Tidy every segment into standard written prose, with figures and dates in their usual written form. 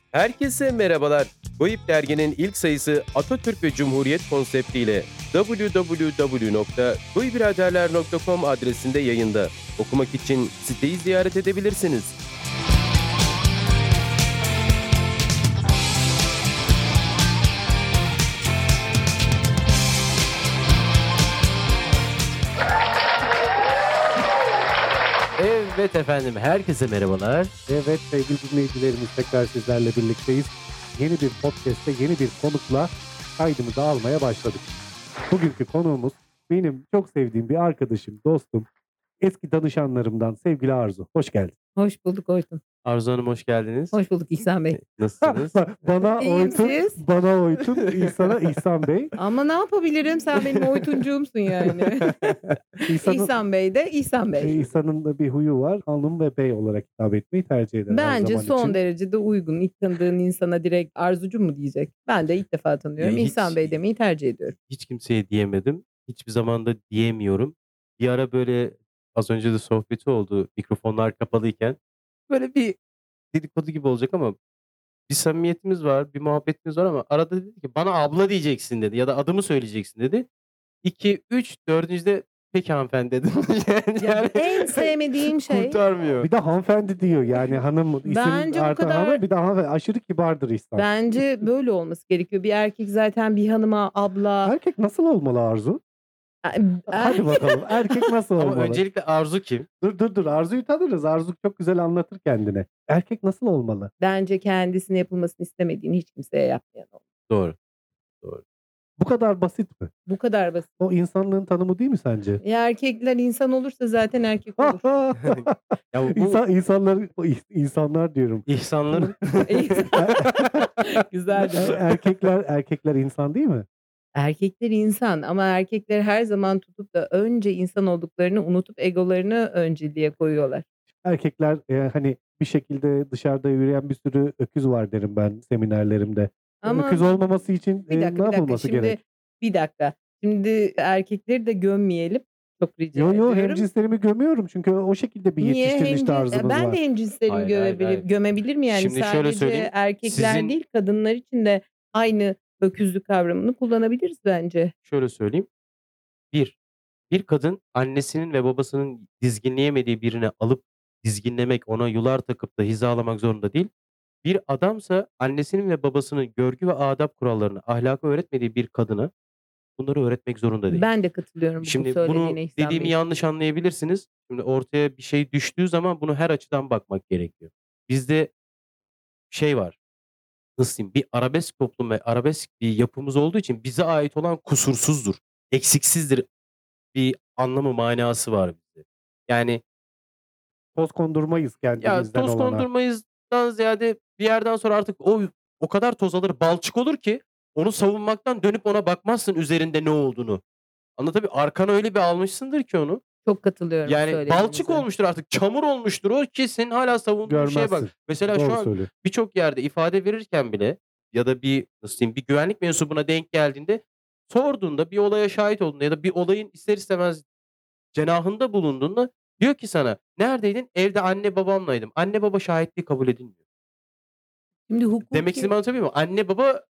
Herkese merhabalar. Goip derginin ilk sayısı Atatürk ve Cumhuriyet konseptiyle www.goibiraderler.com adresinde yayında. Okumak için siteyi ziyaret edebilirsiniz. Evet efendim, herkese merhabalar. Evet sevgili dinleyicilerimiz, tekrar sizlerle birlikteyiz. Yeni bir podcast'te yeni bir konukla kaydımızı almaya başladık. Bugünkü konuğumuz benim çok sevdiğim bir arkadaşım, dostum, eski danışanlarımdan sevgili Arzu. Hoş geldin. Hoş bulduk Oytun. Arzu Hanım hoş geldiniz. Hoş bulduk İhsan Bey. Nasılsınız? Bana İyiyim, Oytun, siz? bana Oytun, İhsan Bey. Ama ne yapabilirim? Sen benim Oytuncuğumsun yani. İhsan Bey de İhsan Bey. İhsan'ın da bir huyu var. Hanım ve bey olarak hitap etmeyi tercih eder her Bence zaman son için. derecede uygun. İlk tanıdığın insana direkt Arzucu mu diyecek? Ben de ilk defa tanıyorum. Ya İhsan Bey demeyi tercih ediyorum. Hiç kimseye diyemedim. Hiçbir zaman da diyemiyorum. Bir ara böyle az önce de sohbeti oldu mikrofonlar kapalıyken. Böyle bir dedikodu gibi olacak ama bir samimiyetimiz var, bir muhabbetimiz var ama arada dedi ki bana abla diyeceksin dedi ya da adımı söyleyeceksin dedi. 2, 3, dördüncüde peki hanımefendi dedim. Ya en sevmediğim şey kurtarmıyor. Bir de hanımefendi diyor yani hanım isim Bence bu artı kadar- hanım, bir de hanımefendi. Aşırı kibardır İhsan. bence böyle olması gerekiyor. Bir erkek zaten bir hanıma abla. Erkek nasıl olmalı Arzu? Hadi bakalım. Erkek nasıl Ama olmalı? öncelikle Arzu kim? Dur. Arzu'yu tanırız. Arzu çok güzel anlatır kendine. Erkek nasıl olmalı? Bence kendisine yapılmasını istemediğini hiç kimseye yapmayan olmalı. Doğru. Bu kadar basit mi? Bu kadar basit. O insanlığın tanımı değil mi sence? Erkekler insan olursa zaten erkek olur. Ya bu insanlar diyorum. ihsanların Güzel. Erkekler insan değil mi? Erkekler insan ama erkekler her zaman tutup da önce insan olduklarını unutup egolarını önceliğe koyuyorlar. Erkekler hani bir şekilde dışarıda yürüyen bir sürü öküz var derim ben seminerlerimde. Ama Öküz olmaması için bir ne dakika yapılması şimdi gerek? bir dakika. Şimdi erkekleri de gömmeyelim. Çok rica Yo ediyorum. hemcinslerimi gömüyorum çünkü o şekilde bir Niye yetiştiriliş tarzımız ben var. de hemcinslerimi Hayır. gömebilir mi yani? Şimdi şöyle Sadece söyleyeyim, erkekler sizin- değil kadınlar için de aynı öküzlük kavramını kullanabiliriz bence. şöyle söyleyeyim. Bir kadın annesinin ve babasının dizginleyemediği birine alıp dizginlemek, ona yular takıp da hizalamak zorunda değil. Bir adamsa annesinin ve babasının görgü ve adap kurallarını, ahlakı öğretmediği bir kadına bunları öğretmek zorunda değil. Ben de katılıyorum bu Şimdi bunu söylediğine İhsan dediğimi Bey. yanlış anlayabilirsiniz. Şimdi ortaya bir şey düştüğü zaman bunu her açıdan bakmak gerekiyor. Bizde şey var, nasıl diyeyim, bir arabesk toplum ve arabesk bir yapımız olduğu için bize ait olan kusursuzdur, eksiksizdir bir anlamı, manası var bizde. Yani Toz kondurmayız ya kendimizden toz olana. kondurmayızdan ziyade bir yerden sonra artık o kadar toz alır, balçık olur ki onu savunmaktan dönüp ona bakmazsın üzerinde ne olduğunu. Arkana öyle bir almışsındır ki onu. Çok katılıyorum Yani balçık söylediğinize. olmuştur artık, çamur olmuştur o ki senin hala savunduğun şeye bak. Görmezsin. Mesela şu Doğru an söylüyor. birçok yerde ifade verirken bile ya da bir nasıl diyeyim, bir güvenlik mensubuna denk geldiğinde sorduğunda, bir olaya şahit olduğunda ya da bir olayın ister istemez cenahında bulunduğunda diyor ki sana neredeydin? Evde anne babamlaydım. Anne baba şahitliği kabul edilmiyor. Şimdi Demek istediğimi anlatabiliyor muyum? Anne baba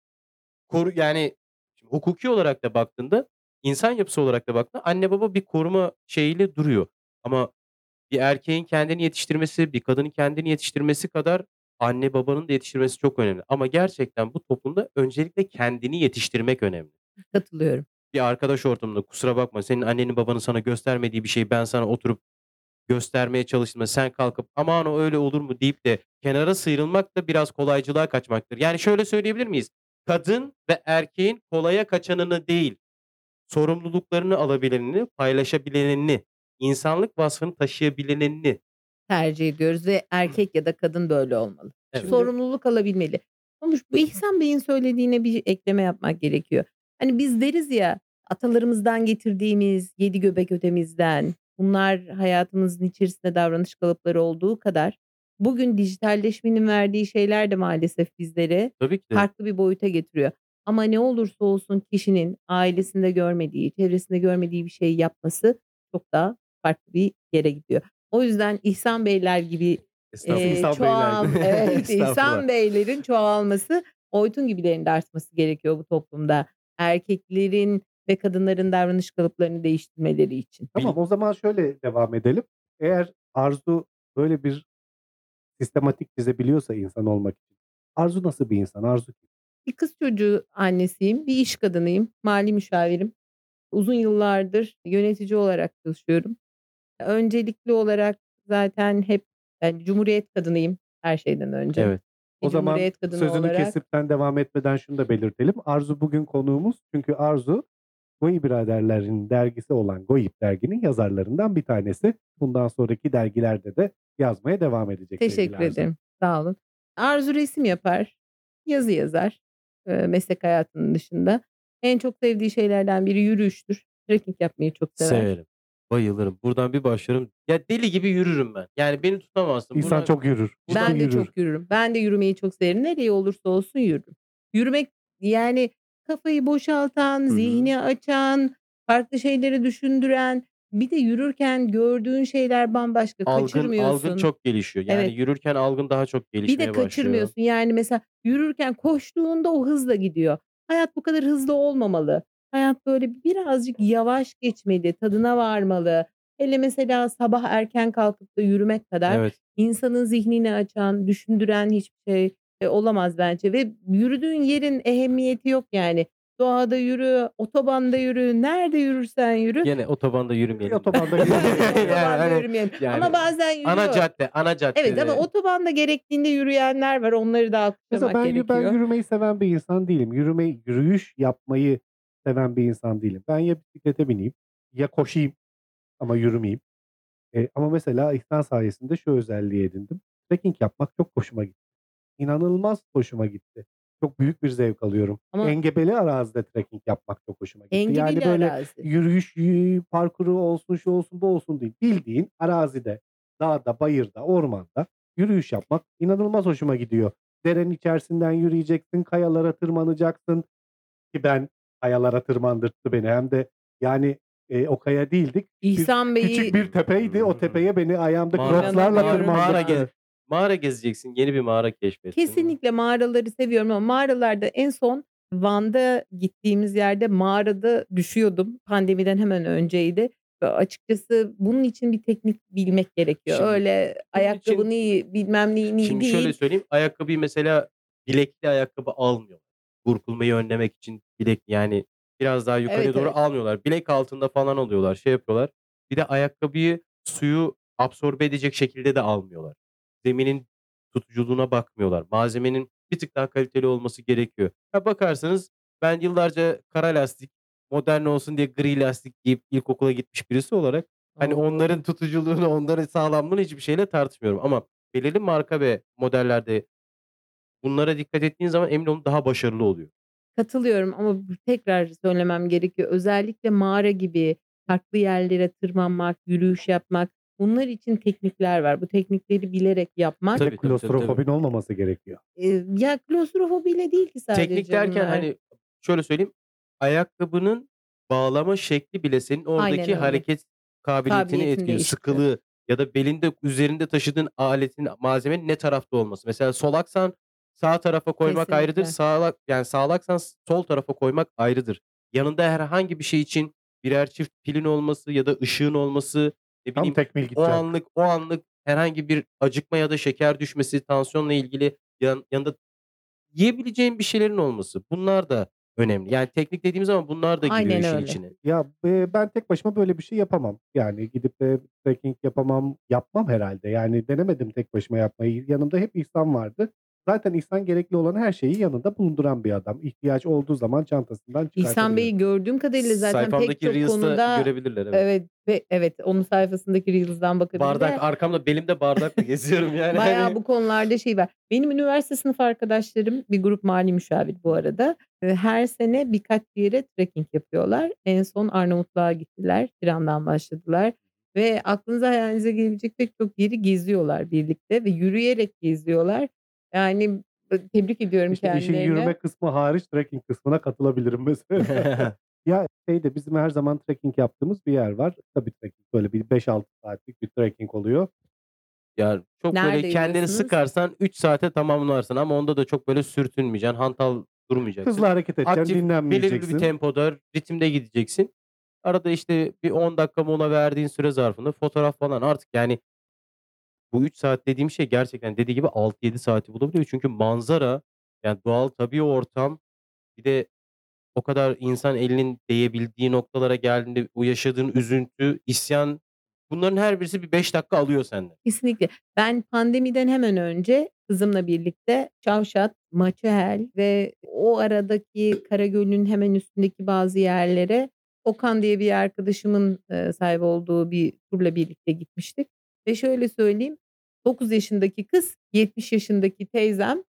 yani şimdi hukuki olarak da baktığında, insan yapısı olarak da baktığında anne baba bir koruma şeyiyle duruyor. Ama bir erkeğin kendini yetiştirmesi, bir kadının kendini yetiştirmesi kadar anne babanın da yetiştirmesi çok önemli. Ama gerçekten bu toplumda öncelikle kendini yetiştirmek önemli. katılıyorum. Bir arkadaş ortamında kusura bakma senin annenin babanın sana göstermediği bir şeyi ben sana oturup göstermeye çalıştığımda sen kalkıp aman o öyle olur mu deyip de kenara sıyrılmak da biraz kolaycılığa kaçmaktır. Yani şöyle söyleyebilir miyiz? Kadın ve erkeğin kolaya kaçanını değil, sorumluluklarını alabilenini, paylaşabilenini, insanlık vasfını taşıyabilenini. Tercih ediyoruz ve erkek ya da kadın böyle olmalı. Evet. Sorumluluk alabilmeli. Ama bu İhsan Bey'in söylediğine bir ekleme yapmak gerekiyor. Hani biz deriz ya atalarımızdan getirdiğimiz 7 göbek ötemizden bunlar hayatımızın içerisinde davranış kalıpları olduğu kadar bugün dijitalleşmenin verdiği şeyler de maalesef bizleri Tabii ki de. farklı bir boyuta getiriyor. Ama ne olursa olsun kişinin ailesinde görmediği, çevresinde görmediği bir şey yapması çok daha farklı bir yere gidiyor. O yüzden İhsan Beyler gibi Estağfurullah. İhsan Beyler. Evet, Estağfurullah. İhsan Beylerin çoğalması, Oytun gibilerin de artması gerekiyor bu toplumda. Erkeklerin ve kadınların davranış kalıplarını değiştirmeleri için. Tamam, o zaman şöyle devam edelim. Eğer Arzu böyle bir sistematik çizebiliyorsa insan olmak için. Arzu nasıl bir insan? Arzu kim? Bir kız çocuğu annesiyim, bir iş kadınıyım, mali müşavirim. Uzun yıllardır yönetici olarak çalışıyorum. Öncelikli olarak zaten hep ben cumhuriyet kadınıyım her şeyden önce. Evet. Bir O zaman cumhuriyet kadını sözünü olarak kesip ben devam etmeden şunu da belirtelim. Arzu bugün konuğumuz. Çünkü Arzu Goyi Biraderler'in dergisi olan Goyip derginin yazarlarından bir tanesi. Bundan sonraki dergilerde de yazmaya devam edecek sevgili teşekkür Arzu. ederim. Sağ olun. Arzu resim yapar, yazı yazar meslek hayatının dışında. En çok sevdiği şeylerden biri yürüyüştür. Trekking yapmayı çok sever. Severim. Bayılırım. Buradan bir başlarım. Ya deli gibi yürürüm ben. Yani beni tutamazsın. İnsan Buradan çok yürür. buradan Ben de yürür. çok yürürüm. Ben de yürümeyi çok severim. Nereye olursa olsun yürürüm. Yürümek yani kafayı boşaltan, Hı hı. zihni açan, farklı şeyleri düşündüren, bir de yürürken gördüğün şeyler bambaşka. algın Kaçırmıyorsun. çok gelişiyor. Yani Evet. yürürken algın daha çok Bir de gelişmeye başlıyor. kaçırmıyorsun. Yani mesela yürürken koştuğunda o hızla gidiyor. Hayat bu kadar hızlı olmamalı. Hayat böyle birazcık yavaş geçmeli, tadına varmalı. Hele mesela sabah erken kalkıp da yürümek kadar Evet. insanın zihnini açan, düşündüren hiçbir şey olamaz bence. Ve yürüdüğün yerin ehemmiyeti yok yani. Doğada yürü, otobanda yürü, nerede yürürsen yürü. Gene otobanda yürümeyelim. Otobanda Yani yürümeyelim. otobanda hani yürümeyelim. yani Ama bazen ana yürüyor. cadde, ana Evet ama caddede. otobanda gerektiğinde yürüyenler var. Onları da Mesela alkışlamak ben gerekiyor. yürümeyi seven bir insan değilim. Yürüyüş yapmayı seven bir insan değilim. Ben ya bisiklete bineyim ya koşayım ama yürümeyeyim. Ama mesela İhsan sayesinde şu özelliği edindim. Trekking yapmak çok hoşuma gitti. İnanılmaz hoşuma gitti. Çok büyük bir zevk alıyorum. Ama Engebeli arazide trekking yapmak çok hoşuma gitti. Yani engebeli böyle arazi. yürüyüş parkuru olsun, şu olsun, bu olsun değil. Bildiğin arazide, dağda, bayırda, ormanda yürüyüş yapmak inanılmaz hoşuma gidiyor. Derenin içerisinden yürüyeceksin, kayalara tırmanacaksın ki ben kayalara tırmandırttı beni. Hem de yani o kaya değildik. İhsan Küçük Bey'i bir tepeydi. O tepeye beni ayağımdaki Mağara, rotlarla İnanamıyorum. mağara, tırmandırttı. mağara gezeceksin. Yeni bir mağara keşfettin. kesinlikle mağaraları seviyorum ama mağaralarda en son Van'da gittiğimiz yerde mağarada düşüyordum. Pandemiden hemen önceydi. Ve açıkçası bunun için bir teknik bilmek gerekiyor. Şimdi Öyle bunun için ayakkabını iyi, bilmem neyini iyi şimdi şöyle değil. söyleyeyim. Ayakkabıyı mesela bilekli ayakkabı almıyorlar. Burkulmayı önlemek için bilek yani biraz daha yukarıya Evet doğru evet. almıyorlar. Bilek altında falan alıyorlar. Şey yapıyorlar. Bir de ayakkabıyı suyu absorbe edecek şekilde de almıyorlar. Zeminin tutuculuğuna bakmıyorlar. Malzemenin bir tık daha kaliteli olması gerekiyor. Ha bakarsanız ben yıllarca kara lastik, modern olsun diye gri lastik giyip ilkokula gitmiş birisi olarak hani Oo. onların tutuculuğunu, onların sağlamlığını hiçbir şeyle tartışmıyorum. Ama belirli marka ve modellerde bunlara dikkat ettiğin zaman emin olun daha başarılı oluyor. Katılıyorum ama tekrar söylemem gerekiyor. Özellikle mağara gibi farklı yerlere tırmanmak, yürüyüş yapmak, bunlar için teknikler var. Bu teknikleri bilerek yapmak. Bir de Tabii tabii tabii tabii. klostrofobin olmaması gerekiyor. Ya klostrofobiyle değil ki Teknik sadece derken bunlar. hani şöyle söyleyeyim. Ayakkabının bağlama şekli bile senin Aynen oradaki öyle. hareket kabiliyetini Kabiliyetini etkiliyor. değiştiriyor. Sıkılığı ya da belinde üzerinde taşıdığın aletin, malzemenin ne tarafta olması. Mesela solaksan sağ tarafa koymak ayrıdır. Kesinlikle. Yani sağlaksan sol tarafa koymak ayrıdır. Yanında herhangi bir şey için birer çift pilin olması ya da ışığın olması, ne Tam bileyim tekmil o gideceksin. anlık herhangi bir acıkma ya da şeker düşmesi, tansiyonla ilgili yanında yiyebileceğin bir şeylerin olması. Bunlar da önemli. Yani teknik dediğimiz zaman bunlar da giriyor Aynen işin öyle. içine. Ya ben tek başıma böyle bir şey yapamam. Yani gidip de trekking yapamam, yapmam herhalde. Yani denemedim tek başıma yapmayı. Yanımda hep İhsan vardı. Zaten İhsan gerekli olan her şeyi yanında bulunduran bir adam. İhtiyaç olduğu zaman çantasından İhsan çıkartabiliyor. Bey'i gördüğüm kadarıyla zaten pek Sayfamdaki çok Reels'ta konuda görebilirler evet. evet ve evet onun sayfasındaki Reels'dan bakabilir Bardak ve arkamda belimde bardakla geziyorum yani bayağı hani. bu konularda şey var. Benim üniversite sınıf arkadaşlarım bir grup mali müşavir bu arada. Her sene birkaç yere trekking yapıyorlar. En son Arnavutluğa gittiler. Tiran'dan başladılar. Ve aklınıza hayalinize gelebilecek pek çok yeri geziyorlar birlikte ve yürüyerek geziyorlar. Yani tebrik ediyorum İşte işin yürüme kendilerine. kısmı hariç trekking kısmına katılabilirim mesela. Ya bizim her zaman trekking yaptığımız bir yer var. Tabii trekking böyle bir 5-6 saatlik bir trekking oluyor. Yani çok böyle Nerede kendini yürüyorsunuz? sıkarsan 3 saate tamamlarsın ama onda da çok böyle sürtünmeyeceksin, hantal durmayacaksın. Hızlı hareket edeceksin, Aktif, belirli bir dinlenmeyeceksin. tempoda, ritimde gideceksin. Arada işte bir 10 dakika mola verdiğin süre zarfında fotoğraf falan artık yani bu 3 saat dediğim şey gerçekten dediği gibi 6-7 saati bulabiliyor. Çünkü manzara, yani doğal tabii ortam, bir de o kadar insan elinin değebildiği noktalara geldiğinde o yaşadığın üzüntü, isyan, bunların her birisi bir 5 dakika alıyor senden. Kesinlikle. Ben pandemiden hemen önce kızımla birlikte Çavşat, Maçahel ve o aradaki Karagöl'ün hemen üstündeki bazı yerlere Okan diye bir arkadaşımın sahip olduğu bir turla birlikte gitmiştik. Ve şöyle söyleyeyim, 9 yaşındaki kız, 70 yaşındaki teyzem,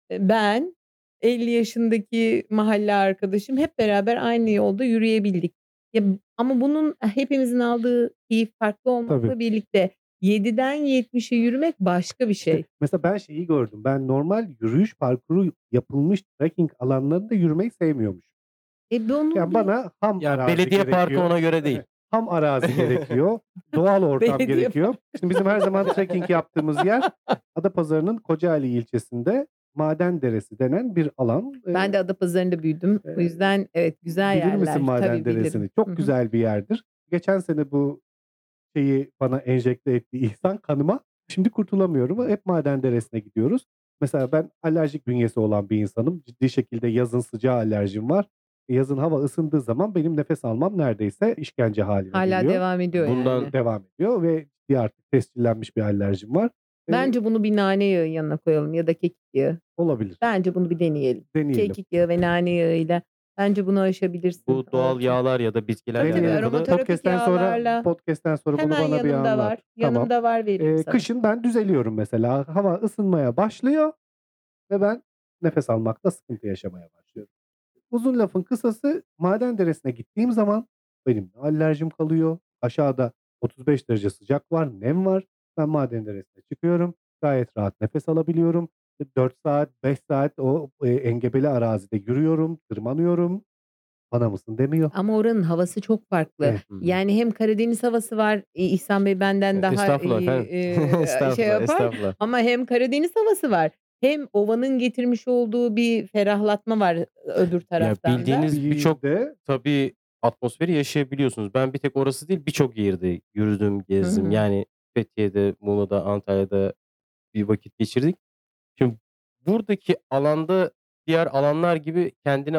ben, 50 yaşındaki mahalle arkadaşım hep beraber aynı yolda yürüyebildik. Ya, ama bunun hepimizin aldığı keyif farklı olmakla Tabii. birlikte 7'den 70'e yürümek başka bir İşte şey. mesela ben şeyi gördüm. Ben normal yürüyüş parkuru yapılmış trekking alanlarında yürümeyi sevmiyormuşum. Bunun Yani bir bana ham Ya arazi belediye parkı gerekiyor. ona göre değil. Evet. Ham arazi gerekiyor. Doğal ortam belediye gerekiyor. Şimdi bizim her zaman trekking yaptığımız yer Adapazarı'nın Kocaeli ilçesinde Madenderesi denen bir alan. Ben de Adapazarı'nda büyüdüm. O yüzden evet, güzel Bilir misin yerler. Madenderesi'ni? Tabii bilirim. Çok güzel bir yerdir. Geçen sene bu şeyi bana enjekte etti İhsan kanıma. Şimdi kurtulamıyorum. Hep Madenderesi'ne gidiyoruz. Mesela ben alerjik bünyesi olan bir insanım. Ciddi şekilde yazın sıcağa alerjim var. Yazın hava ısındığı zaman benim nefes almam neredeyse işkence haline Hala geliyor. devam ediyor Bundan yani. Devam ediyor ve ciddi artık tescillenmiş bir alerjim var. Bence bunu bir nane yağı yanına koyalım ya da kekik yağı. Olabilir. Bence bunu bir deneyelim. Deneyelim. Kekik yağı ve nane yağıyla bence bunu aşabilirsin. bu doğal Orçun. yağlar ya da bitkilerle Tabii tabii, Deneyelim. alakalı aromaterapik Podcast'ten sonra bunu hemen bana bir yanımda anlat. var. Tamam. Yanımda var, vereyim sana. Kışın ben düzeliyorum mesela. Hava ısınmaya başlıyor ve ben nefes almakta sıkıntı yaşamaya başlıyorum. Uzun lafın kısası Madenderesi'ne gittiğim zaman benim alerjim kalıyor. Aşağıda 35 derece sıcak var, nem var. Ben Madenderesi'ne çıkıyorum. Gayet rahat nefes alabiliyorum. 4 saat, 5 saat o engebeli arazide yürüyorum, tırmanıyorum. Bana mısın demiyor. Ama oranın havası çok farklı. Evet. Yani hem Karadeniz havası var. İhsan Bey benden daha Estağfurullah efendim. şey Estağfurullah, yapar. estağfurullah. Ama hem Karadeniz havası var. Hem ovanın getirmiş olduğu bir ferahlatma var öbür Ya taraftan da. bildiğiniz birçok Bir de tabii atmosferi yaşayabiliyorsunuz. Ben bir tek orası değil birçok yerde yürüdüm, Hı gezdim. hı. Yani Fethiye'de, Muğla'da, Antalya'da bir vakit geçirdik. Şimdi buradaki alanda diğer alanlar gibi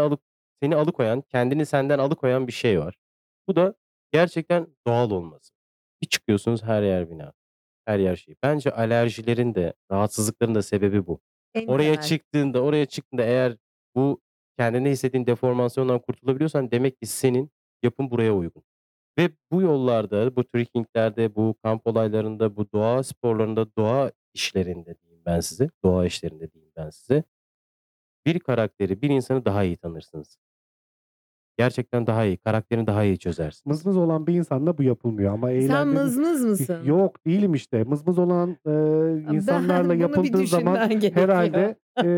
seni alıkoyan, kendini senden alıkoyan bir şey var. Bu da gerçekten doğal olması. Bir çıkıyorsunuz her yer bina, her yer şey. Bence alerjilerin de, rahatsızlıkların da sebebi bu. En Oraya temel. oraya çıktığında eğer bu kendinde hissettiğin deformasyondan kurtulabiliyorsan demek ki senin yapın buraya uygun. Ve bu yollarda, bu trekkinglerde, bu kamp olaylarında, bu doğa sporlarında, doğa işlerinde diyeyim ben size, doğa işlerinde diyeyim ben size, bir karakteri, bir insanı daha iyi tanırsınız. Gerçekten daha iyi, karakterini daha iyi çözersiniz. mızmız olan bir insanla bu yapılmıyor ama Sen eğlendiğimiz mızmız mısın? Yok değilim işte. Mızmız olan insanlarla Bunu bir yapıldığı zaman düşünmen gerekiyor. herhalde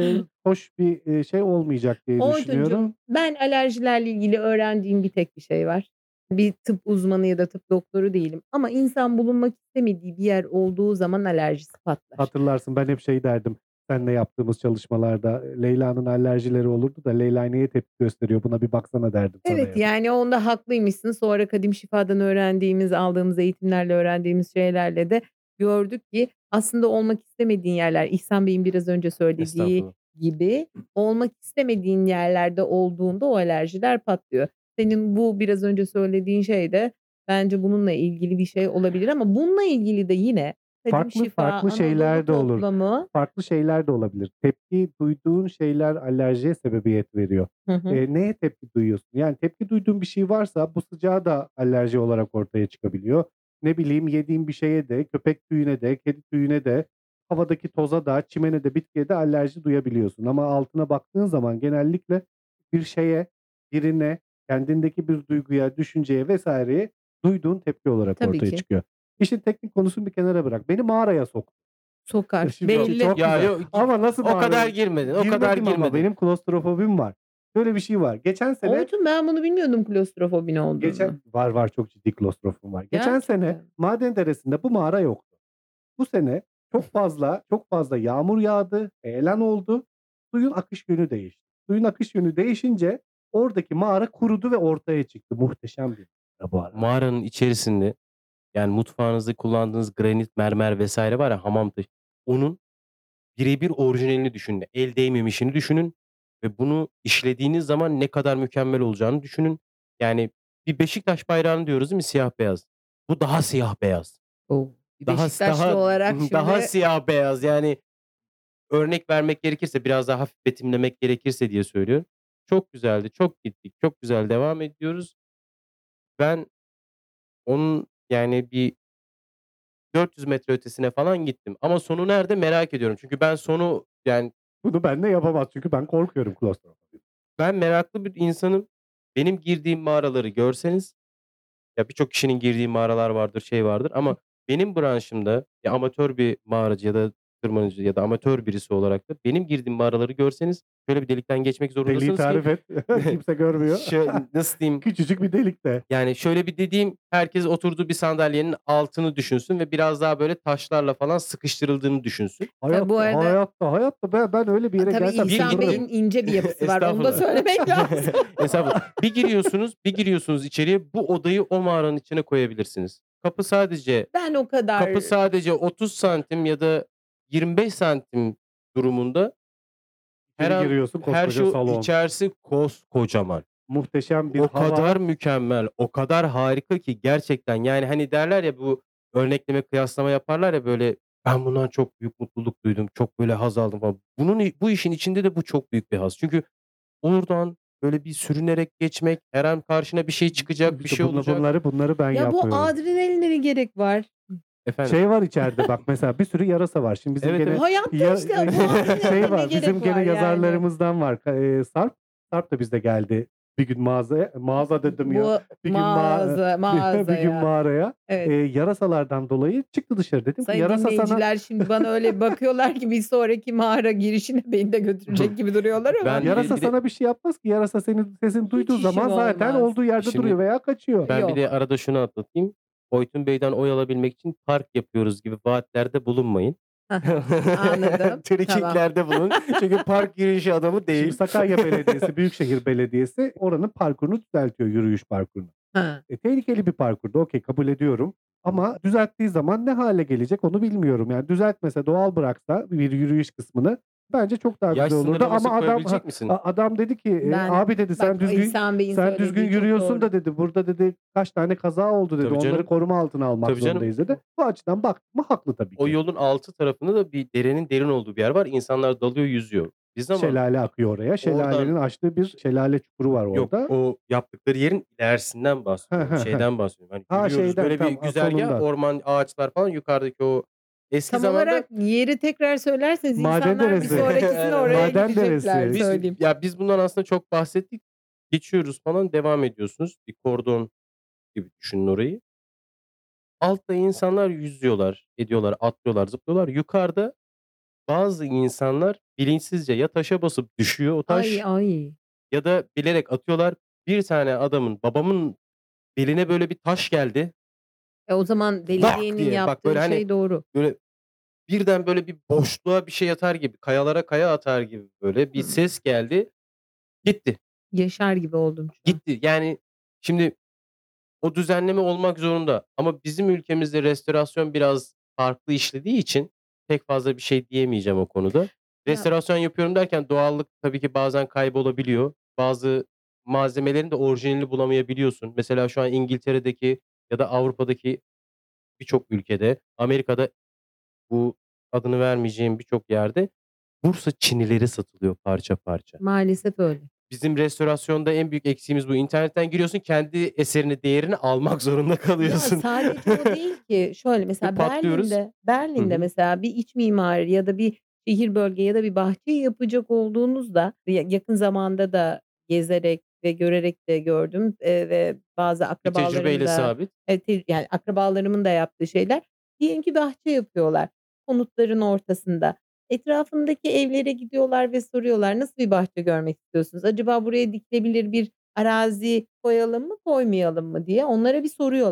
hoş bir şey olmayacak diye düşünüyorum. Orçuncuğum, ben alerjilerle ilgili öğrendiğim bir tek bir şey var. Bir tıp uzmanı ya da tıp doktoru değilim. Ama insan bulunmak istemediği bir yer olduğu zaman alerjisi patlar. Hatırlarsın ben hep şey derdim. Seninle yaptığımız çalışmalarda Leyla'nın alerjileri olurdu da Leyla niye tepki gösteriyor buna bir baksana derdim sana. Evet, yani onda haklıymışsın. Sonra Kadim Şifa'dan öğrendiğimiz, aldığımız eğitimlerle öğrendiğimiz şeylerle de gördük ki aslında olmak istemediğin yerler, İhsan Bey'in biraz önce söylediği Estağfurullah. gibi olmak istemediğin yerlerde olduğunda o alerjiler patlıyor. Senin bu biraz önce söylediğin şey de bence bununla ilgili bir şey olabilir ama bununla ilgili de yine Kadim Farklı Şifa farklı şeyler Anadolu de olur. toplumu. Farklı şeyler de olabilir. Tepki duyduğun şeyler alerjiye sebebiyet veriyor. Hı hı. Neye tepki duyuyorsun? Yani tepki duyduğun bir şey varsa bu sıcağa da alerji olarak ortaya çıkabiliyor. Ne bileyim yediğin bir şeye de, köpek tüyüne de, kedi tüyüne de, havadaki toza da, çimene de, bitkiye de alerji duyabiliyorsun. Ama altına baktığın zaman genellikle bir şeye, birine, kendindeki bir duyguya, düşünceye vesaireye duyduğun tepki olarak Tabii ortaya ki. çıkıyor. İşin teknik konusunu bir kenara bırak. Beni mağaraya soktu. Sokar. Şimdi Belli. çok Ya güzel. yok, Ama nasıl o kadar mağaraya? girmedin, o kadar Girmedim ama girmedin. benim klostrofobim var. Şöyle bir şey var. Geçen sene Orçun, ben bunu bilmiyordum klostrofobin olduğunu. var çok ciddi klostrofobim var. Geçen sene Gerçekten. Madenderesi'nde bu mağara yoktu. Bu sene çok fazla yağmur yağdı, heyelan oldu. Suyun akış yönü değişti. Suyun akış yönü değişince oradaki mağara kurudu ve ortaya çıktı. Muhteşem bir mağara bu arada. Mağaranın içerisinde yani mutfağınızda kullandığınız granit, mermer vesaire var ya hamam taşı. Onun birebir orijinalini düşünün. El değmemişini düşünün ve bunu işlediğiniz zaman ne kadar mükemmel olacağını düşünün. Yani bir Beşiktaş bayrağını diyoruz değil mi? Siyah beyaz. Bu daha siyah beyaz. O bir Daha Beşiktaşlı olarak daha şimdi siyah beyaz. Yani örnek vermek gerekirse biraz daha hafif betimlemek gerekirse diye söylüyorum. Çok güzeldi. Çok gittik. Çok güzel devam ediyoruz. Ben onun yani bir 400 metre ötesine falan gittim. Ama sonu nerede merak ediyorum. Çünkü ben sonu yani Bunu benimle yapamaz çünkü ben korkuyorum klostrofobiden. ben meraklı bir insanım. Benim girdiğim mağaraları görseniz ya birçok kişinin girdiği mağaralar vardır, şey vardır ama benim branşımda ya amatör bir mağaracı ya da tırmanıcı ya da amatör birisi olarak da benim girdiğim mağaraları görseniz şöyle bir delikten geçmek Deliği zorundasınız ki tarif et. Kimse görmüyor. nasıl diyeyim? Küçücük bir delikte. Yani şöyle bir dediğim herkes oturduğu bir sandalyenin altını düşünsün ve biraz daha böyle taşlarla falan sıkıştırıldığını düşünsün. Tabii bu arada Hayatta ben öyle bir yere tabii gelsem Bir İhsan gibi- Bey'in ince bir yapısı var. Onu da Estağfurullah. söylemek lazım. Estağfurullah. Bir giriyorsunuz içeriye bu odayı o mağaranın içine koyabilirsiniz. Kapı Ben o kadar sadece 30 santim ya da 25 santim durumunda her İçeri an giriyorsun her koskoca şey salon. içerisi koskocaman. Muhteşem bir O hava. kadar mükemmel, o kadar harika ki gerçekten yani hani derler ya bu örnekleme kıyaslama yaparlar ya böyle ben bundan çok büyük mutluluk duydum, çok böyle haz aldım falan. Bu işin içinde de bu çok büyük bir haz. Çünkü oradan böyle bir sürünerek geçmek, her an karşına bir şey çıkacak, bir İşte şey olacak. bunları ben ya bu yapmıyorum. adrenaline ne gerek var? Efendim. Şey var içeride bak mesela bir sürü yarasa var. Şimdi bizim Evet, gene evet. Hayatta ya- işte bu adrenaline şey ne var. gerek Bizim gene var yani? yazarlarımızdan var. Sarp da bizde geldi. Bir gün mağaza dedim ya. Bu Bir gün mağaza bir gün ya. mağaraya. Evet. Yarasalardan dolayı çıktı dışarı. Dedim ki Sayın yarasa sana dinleyiciler şimdi bana öyle bakıyorlar ki bir sonraki mağara girişine beni de götürecek gibi duruyorlar ama. Ben yarasa bir de- sana bir şey yapmaz ki. Yarasa senin sesini duyduğu işi zaman zaten olmaz. olduğu yerde Şimdi duruyor veya kaçıyor. Ben bir de Yok. arada şunu atlatayım. Oytun Bey'den oy alabilmek için park yapıyoruz gibi vaatlerde bulunmayın. Anladım. Tamam. Trikiklerde bulun. Çünkü park yürüyüşü adamı Şimdi değil. Sakarya Belediyesi, Büyükşehir Belediyesi oranın parkurunu düzeltiyor, yürüyüş parkurunu. Ha. Tehlikeli bir parkurdu, okey, kabul ediyorum. Ama düzelttiği zaman ne hale gelecek onu bilmiyorum. Yani düzeltmese, doğal bıraksa bir yürüyüş kısmını bence çok daha Yaş güzel olurdu. sınırlaması Ama koyabilecek misin? adam dedi ki Ben abi dedi sen bak düzgün İhsan Bey'in sen söylediği düzgün çok yürüyorsun doğru. da dedi. Burada dedi kaç tane kaza oldu dedi. Tabii Onları canım. koruma altına almak Tabii canım. zorundayız dedi. Bu açıdan baktım mı haklı tabii O ki. yolun altı tarafında da bir derenin derin olduğu bir yer var. İnsanlar dalıyor, yüzüyor. Biz ama Şelale akıyor oraya. Şelalenin açtığı bir şelale çukuru var yok orada. o yaptıkları yerin ilerisinden bahsediyorum. Şeyden bahsediyorum. Hani yürüyoruz Şeyden, böyle bir tamam, güzergah, solundan. orman, ağaçlar falan yukarıdaki o eski Tam zamanda olarak yeri tekrar söylerseniz Maden insanlar bir deresi. sonrakisinde oraya Maden gidecekler deresi. söyleyeyim. biz bundan aslında çok bahsettik. Geçiyoruz falan devam ediyorsunuz. Bir kordon gibi düşünün orayı. Altta insanlar yüzüyorlar, ediyorlar, atlıyorlar, zıplıyorlar. Yukarıda bazı insanlar bilinçsizce ya taşa basıp düşüyor o taş Ay. ya da bilerek atıyorlar. Bir tane babamın beline böyle bir taş geldi. O zaman Lak belediyenin diye. Bak yaptığı böyle şey hani doğru. böyle birden böyle bir boşluğa bir şey atar gibi, kayalara kaya atar gibi böyle bir ses geldi. Gitti. Yaşar gibi oldum şu an. Gitti. Yani şimdi o düzenleme olmak zorunda ama bizim ülkemizde restorasyon biraz farklı işlediği için pek fazla bir şey diyemeyeceğim o konuda. Ya Restorasyon yapıyorum derken doğallık tabii ki bazen kaybolabiliyor. Bazı malzemelerin de orijinalini bulamayabiliyorsun. Mesela şu an İngiltere'deki ya da Avrupa'daki birçok ülkede, Amerika'da bu adını vermeyeceğim birçok yerde Bursa çinileri satılıyor parça parça. maalesef öyle. Bizim restorasyonda en büyük eksiğimiz bu. İnternetten giriyorsun, kendi eserini, değerini almak zorunda Ya kalıyorsun. sadece o değil ki. Şöyle mesela patlıyoruz. Hı Berlin'de hı. mesela bir iç mimari ya da bir şehir bölge ya da bir bahçe yapacak olduğunuzda yakın zamanda da gezerek ve görerek de gördüm ve bazı Bir akrabalarım tecrübeyle da sabit. yani akrabalarımın da yaptığı şeyler. Diyelim ki bahçe yapıyorlar konutların ortasında. Etrafındaki evlere gidiyorlar ve soruyorlar nasıl bir bahçe görmek istiyorsunuz? Acaba buraya dikilebilir bir arazi koyalım mı koymayalım mı diye onlara bir soruyorlar.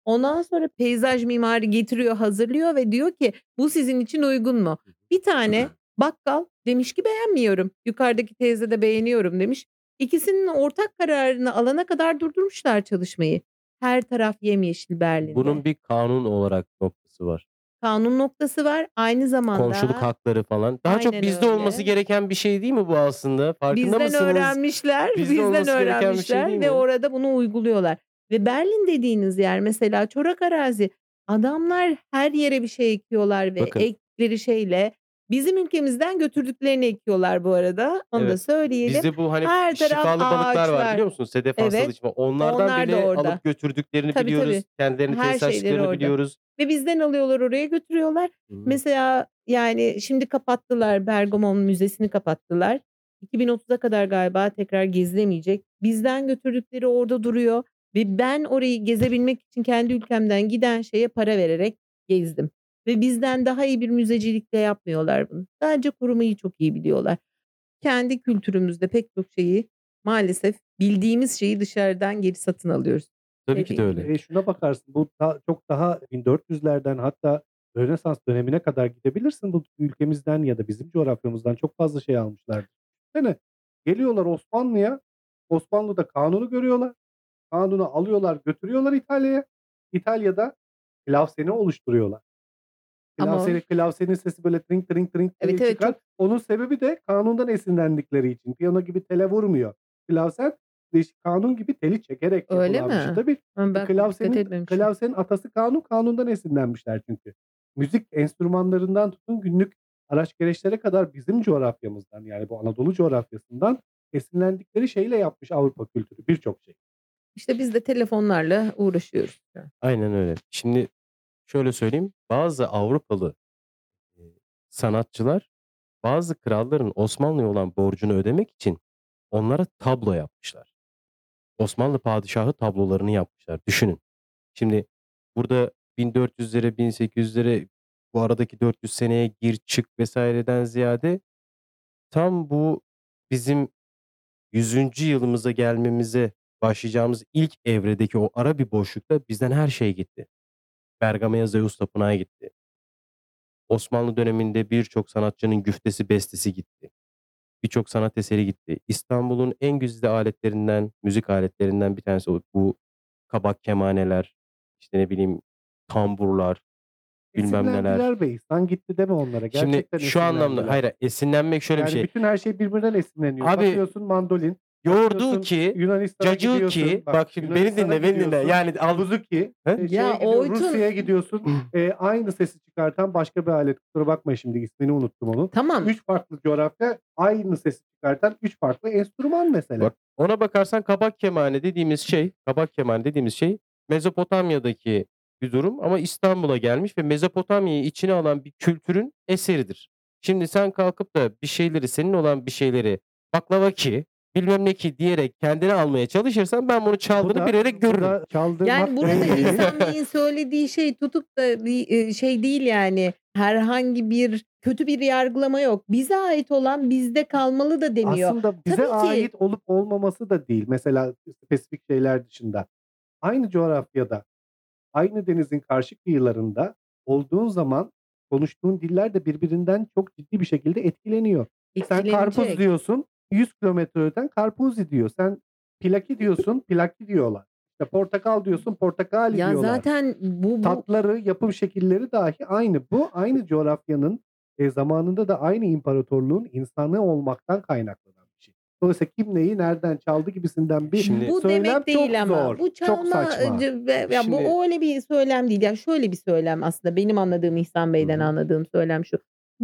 Ondan sonra peyzaj mimarı getiriyor, hazırlıyor ve diyor ki bu sizin için uygun mu? Bir tane bakkal demiş ki beğenmiyorum. Yukarıdaki teyze de beğeniyorum demiş. İkisinin ortak kararını alana kadar durdurmuşlar çalışmayı. Her taraf yemyeşil Berlin'de. Bunun bir kanun olarak noktası var. Kanun noktası var. Aynı Komşuluk zamanda hakları falan. Daha çok aynen bizde olması öyle. gereken bir şey değil mi bu aslında? Farkında Bizden mısınız? öğrenmişler, Bizde bizden olması gereken bir şey öğrenmişler değil ve mi? orada bunu uyguluyorlar. Ve Berlin dediğiniz yer mesela çorak arazi. Adamlar her yere bir şey ekiyorlar ve Bakın. ektikleri şeyle bizim ülkemizden götürdüklerini ekiyorlar bu arada. Onu da Evet. söyleyelim. Bizde bu hani Her taraf şifalı balıklar var ağaçlar. biliyor musun? Sedef hastalığı Evet. için. Onlardan Onlar da bile orada. alıp götürdüklerini Tabii biliyoruz. tabii. Kendilerini Her tesis şeyleri açtıklarını orada. biliyoruz. Ve bizden alıyorlar oraya götürüyorlar. Hı. Mesela yani şimdi kapattılar. Bergamo Müzesi'ni kapattılar. 2030'a kadar galiba tekrar gezilemeyecek. Bizden götürdükleri orada duruyor. Ve ben orayı gezebilmek için kendi ülkemden giden şeye para vererek gezdim. Ve bizden daha iyi bir müzecilikle yapmıyorlar bunu. Sadece korumayı çok iyi biliyorlar. Kendi kültürümüzde pek çok şeyi maalesef bildiğimiz şeyi dışarıdan geri satın alıyoruz. Tabii ki de Dediğim gibi. öyle. Şuna bakarsın bu çok daha 1400'lerden hatta Rönesans dönemine kadar gidebilirsin. Bu ülkemizden ya da bizim coğrafyamızdan çok fazla şey almışlardır. Düşünsene, geliyorlar Osmanlı'ya, Osmanlı'da kanunu görüyorlar. Kanunu alıyorlar, götürüyorlar İtalya'ya. İtalya'da klavseni oluşturuyorlar. Ama Klavsenin sesi böyle trink trink trink diye evet evet çıkar. çok Onun sebebi de kanundan esinlendikleri için. Piyano gibi tele vurmuyor. Klavsen kanun gibi teli çekerek öyle yapılan bir şey. mi? Tabii Ben bak dikkat etmemişim. klavsenin atası kanundan esinlenmişler çünkü. Müzik enstrümanlarından tutun günlük araç gereçlere kadar bizim coğrafyamızdan yani bu Anadolu coğrafyasından esinlendikleri şeyle yapmış Avrupa kültürü birçok şey. İşte biz de telefonlarla uğraşıyoruz. Aynen öyle. Şimdi şöyle söyleyeyim. Bazı Avrupalı sanatçılar bazı kralların Osmanlı'ya olan borcunu ödemek için onlara tablo yapmışlar. Osmanlı padişahı tablolarını yapmışlar. Düşünün. Şimdi burada 1400'lere 1800'lere bu aradaki 400 seneye gir çık vesaireden ziyade tam bu bizim 100. yılımıza gelmemize başlayacağımız ilk evredeki o ara bir boşlukta bizden her şey gitti. Bergama'ya Zeus tapınağı gitti. Osmanlı döneminde birçok sanatçının güftesi, bestesi gitti. Birçok sanat eseri gitti. İstanbul'un en güzide aletlerinden, müzik aletlerinden bir tanesi bu kabak kemaneler, işte ne bileyim tamburlar, bilmem neler. Esinlendiler be İhsan gitti deme onlara. Şimdi Gerçekten şu anlamda esinlendiler. hayır esinlenmek şöyle bir Yani şey. bütün her şey birbirinden esinleniyor. Abi Bakıyorsun mandolin, yoğurdu bakıyorsun ki, Yunanistan'a cacığı gidiyorsun. ki, Bak bak şimdi beni Yunanistan'a dinle, beni dinle. gidiyorsun. Yani al Buzuki, He? Ya Rusya'ya Oytun gidiyorsun. Aynı sesi çıkartan başka bir alet. Kusura bakma şimdi ismini unuttum onun. tamam 3 farklı coğrafya aynı sesi çıkartan 3 farklı enstrüman mesela. bak ona bakarsan kabak kemane dediğimiz şey Mezopotamya'daki bir durum ama İstanbul'a gelmiş ve Mezopotamya'yı içine alan bir kültürün eseridir. Şimdi sen kalkıp da bir şeyleri senin olan bir şeyleri baklava ki bilmem ne ki diyerek kendine almaya çalışırsan ben bunu Bu çaldığını da bilerek bu görürüm. da çaldırmak yani burada değil. İhsan Bey'in söylediği şey tutup da bir şey değil yani herhangi bir kötü bir yargılama yok. Bize ait olan bizde kalmalı da demiyor. Aslında bize Tabii ki ait olup olmaması da değil. Mesela spesifik şeyler dışında. Aynı coğrafyada, aynı denizin karşı kıyılarında olduğun zaman konuştuğun diller de birbirinden çok ciddi bir şekilde etkileniyor. Sen karpuz etkilenecek. diyorsun, 100 kilometre öten karpuzi diyor. Sen plaki diyorsun, plaki diyorlar. İşte portakal diyorsun, portakali Ya diyorlar. zaten bu Tatları, yapım şekilleri dahi aynı. Bu aynı coğrafyanın zamanında da aynı imparatorluğun insanı olmaktan kaynaklanan bir şey. Dolayısıyla kim neyi nereden çaldı gibisinden bir Şimdi bu söylem demek çok değil ama zor, bu çok çalma saçma. ya bu Şimdi öyle bir söylem değil. Yani şöyle bir söylem aslında benim anladığım İhsan Hı Bey'den hı. anladığım söylem şu.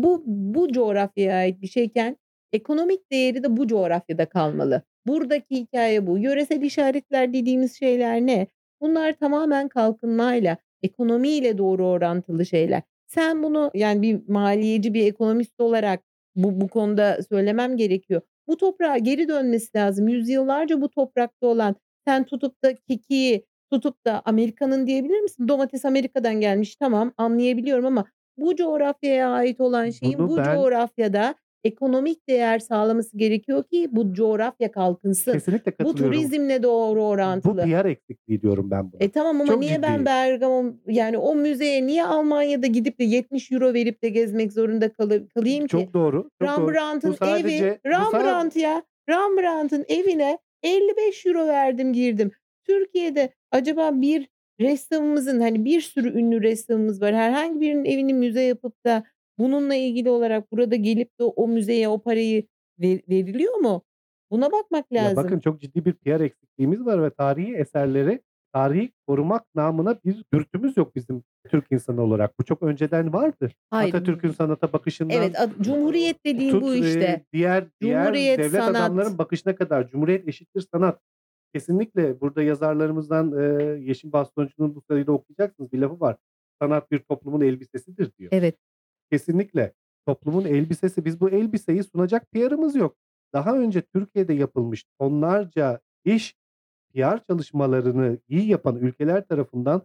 Bu coğrafyaya ait bir şeyken ekonomik değeri de bu coğrafyada kalmalı. Buradaki hikaye bu. Yöresel işaretler dediğimiz şeyler ne? Bunlar tamamen kalkınmayla, ekonomiyle doğru orantılı şeyler. Sen bunu yani bir maliyeci, bir ekonomist olarak bu konuda söylemem gerekiyor. Bu toprağa geri dönmesi lazım. Yüzyıllarca bu toprakta olan sen tutup da kekiği tutup da Amerika'nın diyebilir misin? Domates Amerika'dan gelmiş tamam anlayabiliyorum ama bu coğrafyaya ait olan şeyin Bunu bu ben coğrafyada ekonomik değer sağlaması gerekiyor ki bu coğrafya kalkınsın. Kesinlikle Bu katılıyorum. turizmle doğru Bu orantılı. PR eksikliği diyorum ben buna. Tamam ama Çok niye ben ciddiyim. Bergamo yani o müzeye niye Almanya'da gidip de 70 euro verip de gezmek zorunda kalayım ki? Çok doğru. Çok doğru. Bu Rembrandt'ın evi, sadece Rembrandt'ın evine 55 euro verdim girdim. Türkiye'de acaba bir ressamımızın hani bir sürü ünlü ressamımız var. Herhangi birinin evini müze yapıp da bununla ilgili olarak burada gelip de o müzeye o parayı veriliyor mu? Buna bakmak Ya lazım. bakın çok ciddi bir PR eksikliğimiz var ve tarihi eserleri tarihi korumak namına bir dürtümüz yok bizim Türk insanı olarak. Bu çok önceden vardı. Hayır. Atatürk'ün sanata bakışından Evet, Cumhuriyet dediğin tut bu işte. diğer Cumhuriyet, devlet sanat. adamların bakışına kadar Cumhuriyet eşittir sanat. Kesinlikle burada yazarlarımızdan Yeşim Bastoncu'nun bu sayıda okuyacaksınız bir lafı var. Sanat bir toplumun elbisesidir diyor. Evet. Kesinlikle toplumun elbisesi. Biz bu elbiseyi sunacak PR'ımız yok. Daha önce Türkiye'de yapılmış tonlarca iş PR çalışmalarını iyi yapan ülkeler tarafından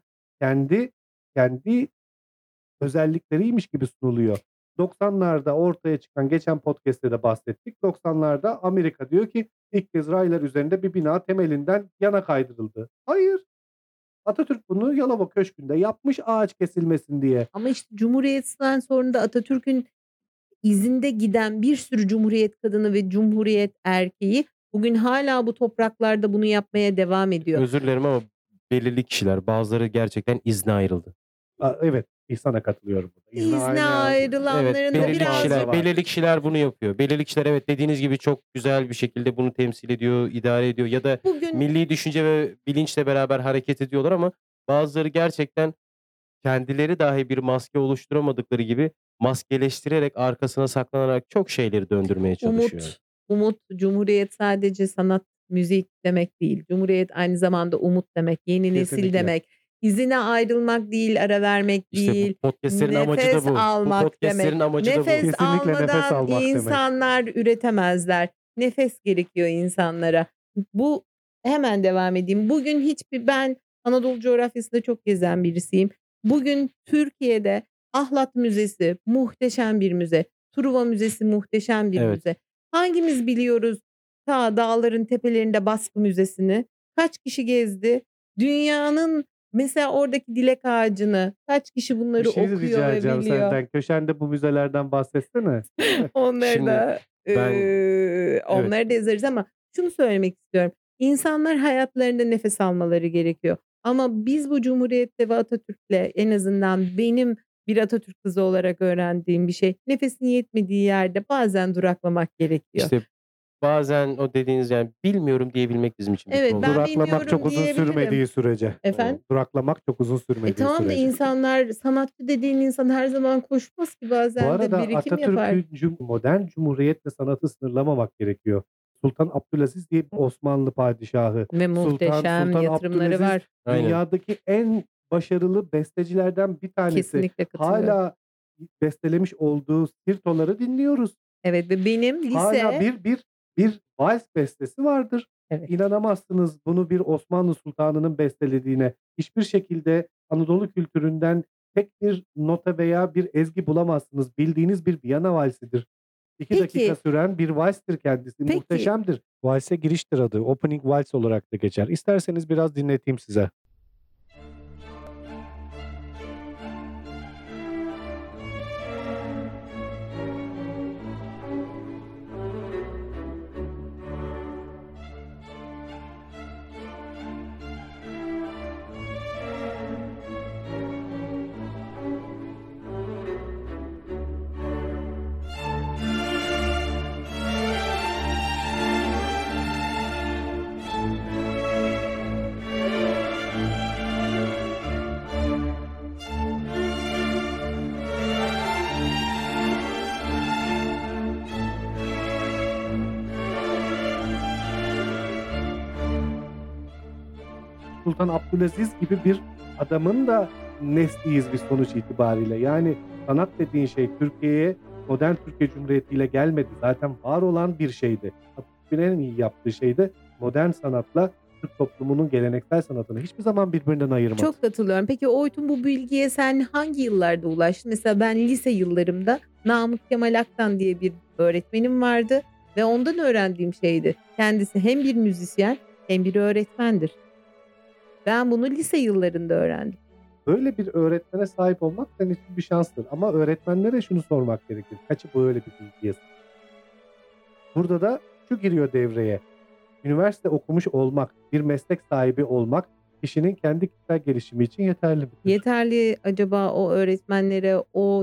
kendi özellikleriymiş gibi sunuluyor. 90'larda ortaya çıkan geçen podcast'te de bahsettik. 90'larda Amerika diyor ki ilk kez raylar üzerinde bir bina temelinden yana kaydırıldı. Hayır. Atatürk bunu Yalova Köşkü'nde yapmış ağaç kesilmesin diye. Ama işte Cumhuriyet'ten sonra da Atatürk'ün izinde giden bir sürü Cumhuriyet kadını ve Cumhuriyet erkeği bugün hala bu topraklarda bunu yapmaya devam ediyor. Özür dilerim ama belirli kişiler bazıları gerçekten izne ayrıldı. Evet, İhsan'a katılıyorum. İzne ayrılanların Evet, da belirli biraz kişiler, var. belirli kişiler bunu yapıyor. Belirli kişiler evet dediğiniz gibi çok güzel bir şekilde bunu temsil ediyor, idare ediyor ya da bugün milli düşünce ve bilinçle beraber hareket ediyorlar ama bazıları gerçekten kendileri dahi bir maske oluşturamadıkları gibi maskeleştirerek arkasına saklanarak çok şeyleri döndürmeye çalışıyor. umut, Cumhuriyet sadece sanat, müzik demek değil. Cumhuriyet aynı zamanda umut demek, yeni nesil Kesinlikle. demek. İzine ayrılmak değil, ara vermek İşte değil. bu podcastlerin amacı da Nefes bu. Bu almak podcastlerin demek. amacı da bu. Nefes Kesinlikle almadan nefes almak demek. insanlar üretemezler. Nefes gerekiyor insanlara. Bu hemen devam edeyim. Bugün ben Anadolu coğrafyasında çok gezen birisiyim. Bugün Türkiye'de Ahlat Müzesi muhteşem bir müze. Truva Müzesi muhteşem bir Evet. müze. Hangimiz biliyoruz ta dağların tepelerinde Baskı Müzesi'ni? Kaç kişi gezdi? Dünyanın mesela oradaki dilek ağacını kaç kişi bunları Bir şey okuyor rica ve edeceğim biliyor? senden. Köşende bu müzelerden bahsetsene. Onları Şimdi da onları da yazarız ama şunu söylemek istiyorum. İnsanlar hayatlarında nefes almaları gerekiyor. Ama biz bu Cumhuriyet'te ve Atatürk'le en azından benim bir Atatürk kızı olarak öğrendiğim bir şey. Nefesin yetmediği yerde bazen duraklamak gerekiyor. İşte bazen o dediğiniz yani bilmiyorum diyebilmek bizim için. Evet, ben Duraklamak bilmiyorum çok uzun diyebilirim. sürmediği sürece. Efendim? Duraklamak çok uzun sürmediği Tamam da sürece. insanlar sanatçı dediğin insan her zaman koşmaz ki Bu bazen de arada birikim yapar. Atatürk'ün modern cumhuriyetle sanatı sınırlamamak gerekiyor. Sultan Abdülaziz diye bir Osmanlı padişahı. Ve muhteşem Sultan yatırımları Abdülaziz var. Aynen. dünyadaki en başarılı bestecilerden bir tanesi. Kesinlikle katılıyorum. Hala bestelemiş olduğu sirtoları dinliyoruz. Evet ve benim Hala bir vals bestesi vardır. Evet. İnanamazsınız bunu bir Osmanlı sultanının bestelediğine. Hiçbir şekilde Anadolu kültüründen tek bir nota veya bir ezgi bulamazsınız. Bildiğiniz bir Viyana valsidir. 2 Peki. dakika süren bir valstir kendisi. Peki. Muhteşemdir. Valse giriştir adı. Opening Vals olarak da geçer. İsterseniz biraz dinleteyim size. Sultan Abdülaziz gibi bir adamın da nesliyiz biz sonuç itibariyle. Yani sanat dediğin şey Türkiye'ye modern Türkiye Cumhuriyeti ile gelmedi. Zaten var olan bir şeydi. Atatürk'ün en iyi yaptığı şey de modern sanatla Türk toplumunun geleneksel sanatını hiçbir zaman birbirinden ayırmadı. Çok katılıyorum. Peki Oytun bu bilgiye sen hangi yıllarda ulaştın? Mesela ben lise yıllarımda Namık Kemal Aktan diye bir öğretmenim vardı ve ondan öğrendiğim şeydi. Kendisi hem bir müzisyen hem bir öğretmendir. Ben bunu lise yıllarında öğrendim. Böyle bir öğretmene sahip olmak senin için bir şanstır. Ama öğretmenlere şunu sormak gerekir. Kaçı böyle bir bilgiye sahip? Burada da şu giriyor devreye. Üniversite okumuş olmak, bir meslek sahibi olmak kişinin kendi kişisel gelişimi için yeterli midir? Yeterli acaba o öğretmenlere o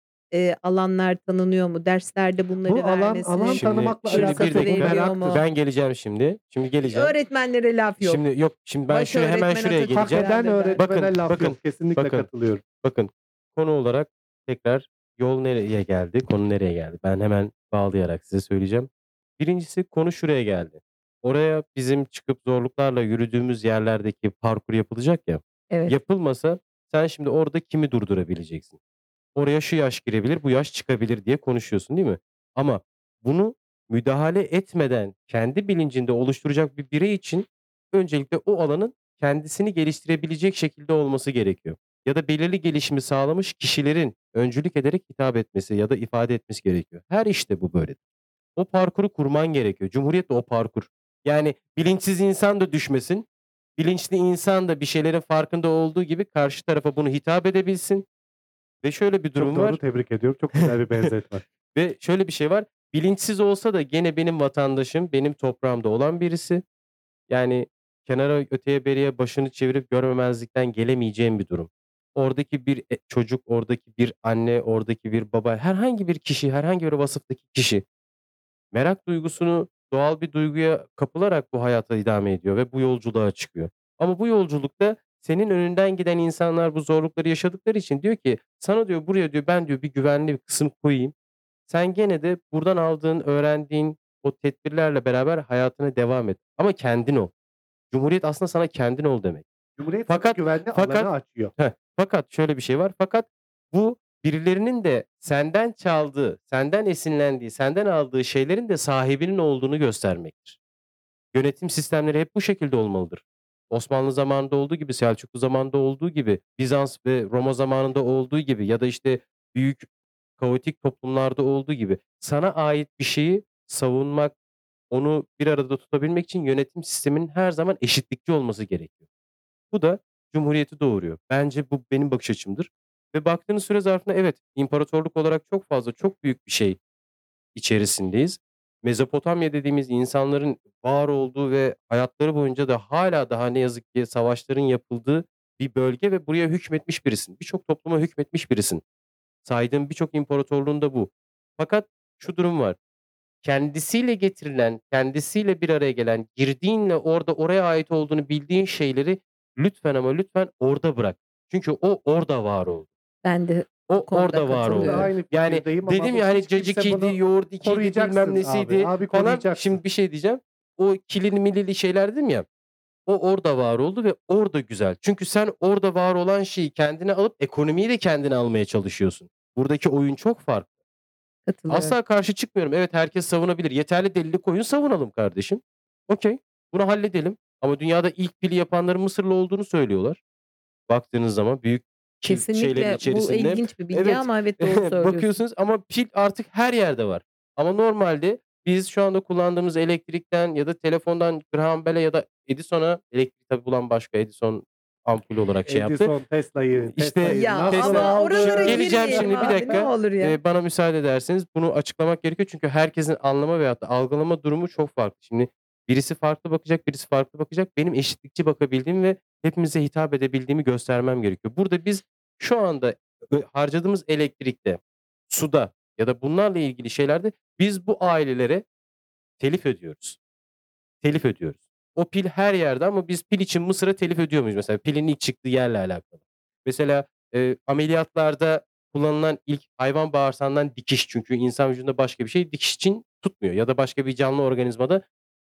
alanlar tanınıyor mu? Derslerde bunları Bu alan vermesinin tanımakla Şimdi bir fırsatı alakalı dakika. veriliyor mu? Ben geleceğim şimdi. Şimdi geleceğim. Öğretmenlere laf yok. Şimdi ben Baş hemen öğretmen şuraya Atatürk Hak geleceğim. eden herhalde der. öğretmene laf Bakın, yok. Kesinlikle bakın. katılıyorum. Bakın, konu olarak tekrar yol nereye geldi, konu nereye geldi? Ben hemen bağlayarak size söyleyeceğim. Birincisi konu şuraya geldi. Oraya bizim çıkıp zorluklarla yürüdüğümüz yerlerdeki parkur yapılacak ya. Evet. Yapılmasa sen şimdi orada kimi durdurabileceksin? Oraya şu yaş girebilir, bu yaş çıkabilir diye konuşuyorsun, değil mi? Ama bunu müdahale etmeden kendi bilincinde oluşturacak bir birey için öncelikle o alanın kendisini geliştirebilecek şekilde olması gerekiyor. Ya da belirli gelişimi sağlamış kişilerin öncülük ederek hitap etmesi ya da ifade etmesi gerekiyor. Her işte bu böyledir. O parkuru kurman gerekiyor. Cumhuriyet de o parkur. Yani bilinçsiz insan da düşmesin. Bilinçli insan da bir şeylerin farkında olduğu gibi karşı tarafa bunu hitap edebilsin. Ve şöyle bir Çok durum doğru, var. tebrik ediyorum. Çok güzel bir benzetme. Ve şöyle bir şey var. Bilinçsiz olsa da gene benim vatandaşım, benim toprağımda olan birisi. Yani kenara öteye beriye başını çevirip görmemezlikten gelemeyeceğim bir durum. Oradaki bir çocuk, oradaki bir anne, oradaki bir baba, herhangi bir kişi, herhangi bir vasıftaki kişi merak duygusunu doğal bir duyguya kapılarak bu hayata idame ediyor ve bu yolculuğa çıkıyor. Ama bu yolculukta senin önünden giden insanlar bu zorlukları yaşadıkları için diyor ki sana diyor buraya diyor ben diyor bir güvenli bir kısım koyayım. Sen gene de buradan aldığın, öğrendiğin o tedbirlerle beraber hayatına devam et. Ama kendin ol. Cumhuriyet aslında sana kendin ol demek. Cumhuriyet sana Fakat güvenli fakat alanı açıyor. fakat şöyle bir şey var. Fakat bu birilerinin de senden çaldığı, senden esinlendiği, senden aldığı şeylerin de sahibinin olduğunu göstermektir. Yönetim sistemleri hep bu şekilde olmalıdır. Osmanlı zamanında olduğu gibi, Selçuklu zamanında olduğu gibi, Bizans ve Roma zamanında olduğu gibi ya da işte büyük kaotik toplumlarda olduğu gibi sana ait bir şeyi savunmak, onu bir arada tutabilmek için yönetim sisteminin her zaman eşitlikçi olması gerekiyor. Bu da cumhuriyeti doğuruyor. Bence bu benim bakış açımdır. Ve baktığınız süre zarfında evet, imparatorluk olarak çok fazla, çok büyük bir şey içerisindeyiz. Mezopotamya dediğimiz insanların var olduğu ve hayatları boyunca da hala daha ne yazık ki savaşların yapıldığı bir bölge ve buraya hükmetmiş birisin. Birçok topluma hükmetmiş birisin. Saydığım birçok imparatorluğun da bu. Fakat şu durum var. Kendisiyle getirilen, kendisiyle bir araya gelen, girdiğinle orada oraya ait olduğunu bildiğin şeyleri lütfen ama lütfen orada bırak. Çünkü o orada var oldu. Ben de O bu konuda orada var Burada oldu. katılıyorum. aynı Yani fikirdeyim ama dedim bu ya hani hiç kimse cacıkiydi, bunu yoğurt ikiydi, koruyacaksın bilmem nesiydi abi falan. koruyacaksın. Şimdi bir şey diyeceğim. O kilili milili şeyler dedim ya. O orada var oldu ve orada güzel. Çünkü sen orada var olan şeyi kendine alıp ekonomiyi de kendine almaya çalışıyorsun. Buradaki oyun çok farklı. Katılıyorum. Asla karşı çıkmıyorum. Evet, herkes savunabilir. Yeterli delili koyun, savunalım kardeşim. Okey. Bunu halledelim. Ama dünyada ilk pili yapanların Mısırlı olduğunu söylüyorlar. Baktığınız zaman büyük kil şeylerin Kesinlikle bu içerisinde. ilginç bir bilgi Evet. ama evet doğru söylüyorsun. Bakıyorsunuz ama pil artık her yerde var. Ama normalde biz şu anda kullandığımız elektrikten ya da telefondan Graham Bell'e ya da Edison'a, elektrik tabii bulan başka, Edison ampul olarak şey yaptı. Edison, Tesla'yı İşte Ya nasıl Tesla- ama aldı? oralara Geleceğim girmeyelim şimdi, bir abi, dakika. ne olur ya. Bana müsaade ederseniz bunu açıklamak gerekiyor. Çünkü herkesin anlama veyahut da algılama durumu çok farklı. Şimdi birisi farklı bakacak, birisi farklı bakacak. Benim eşitlikçi bakabildiğim ve hepimize hitap edebildiğimi göstermem gerekiyor. Burada biz şu anda harcadığımız elektrikte, suda ya da bunlarla ilgili şeylerde biz bu ailelere telif ödüyoruz. Telif ödüyoruz. O pil her yerde ama biz pil için Mısır'a telif ödüyor muyuz mesela? Pilin ilk çıktığı yerle alakalı. Mesela ameliyatlarda kullanılan ilk hayvan bağırsağından dikiş, çünkü insan vücudunda başka bir şey dikiş için tutmuyor ya da başka bir canlı organizmada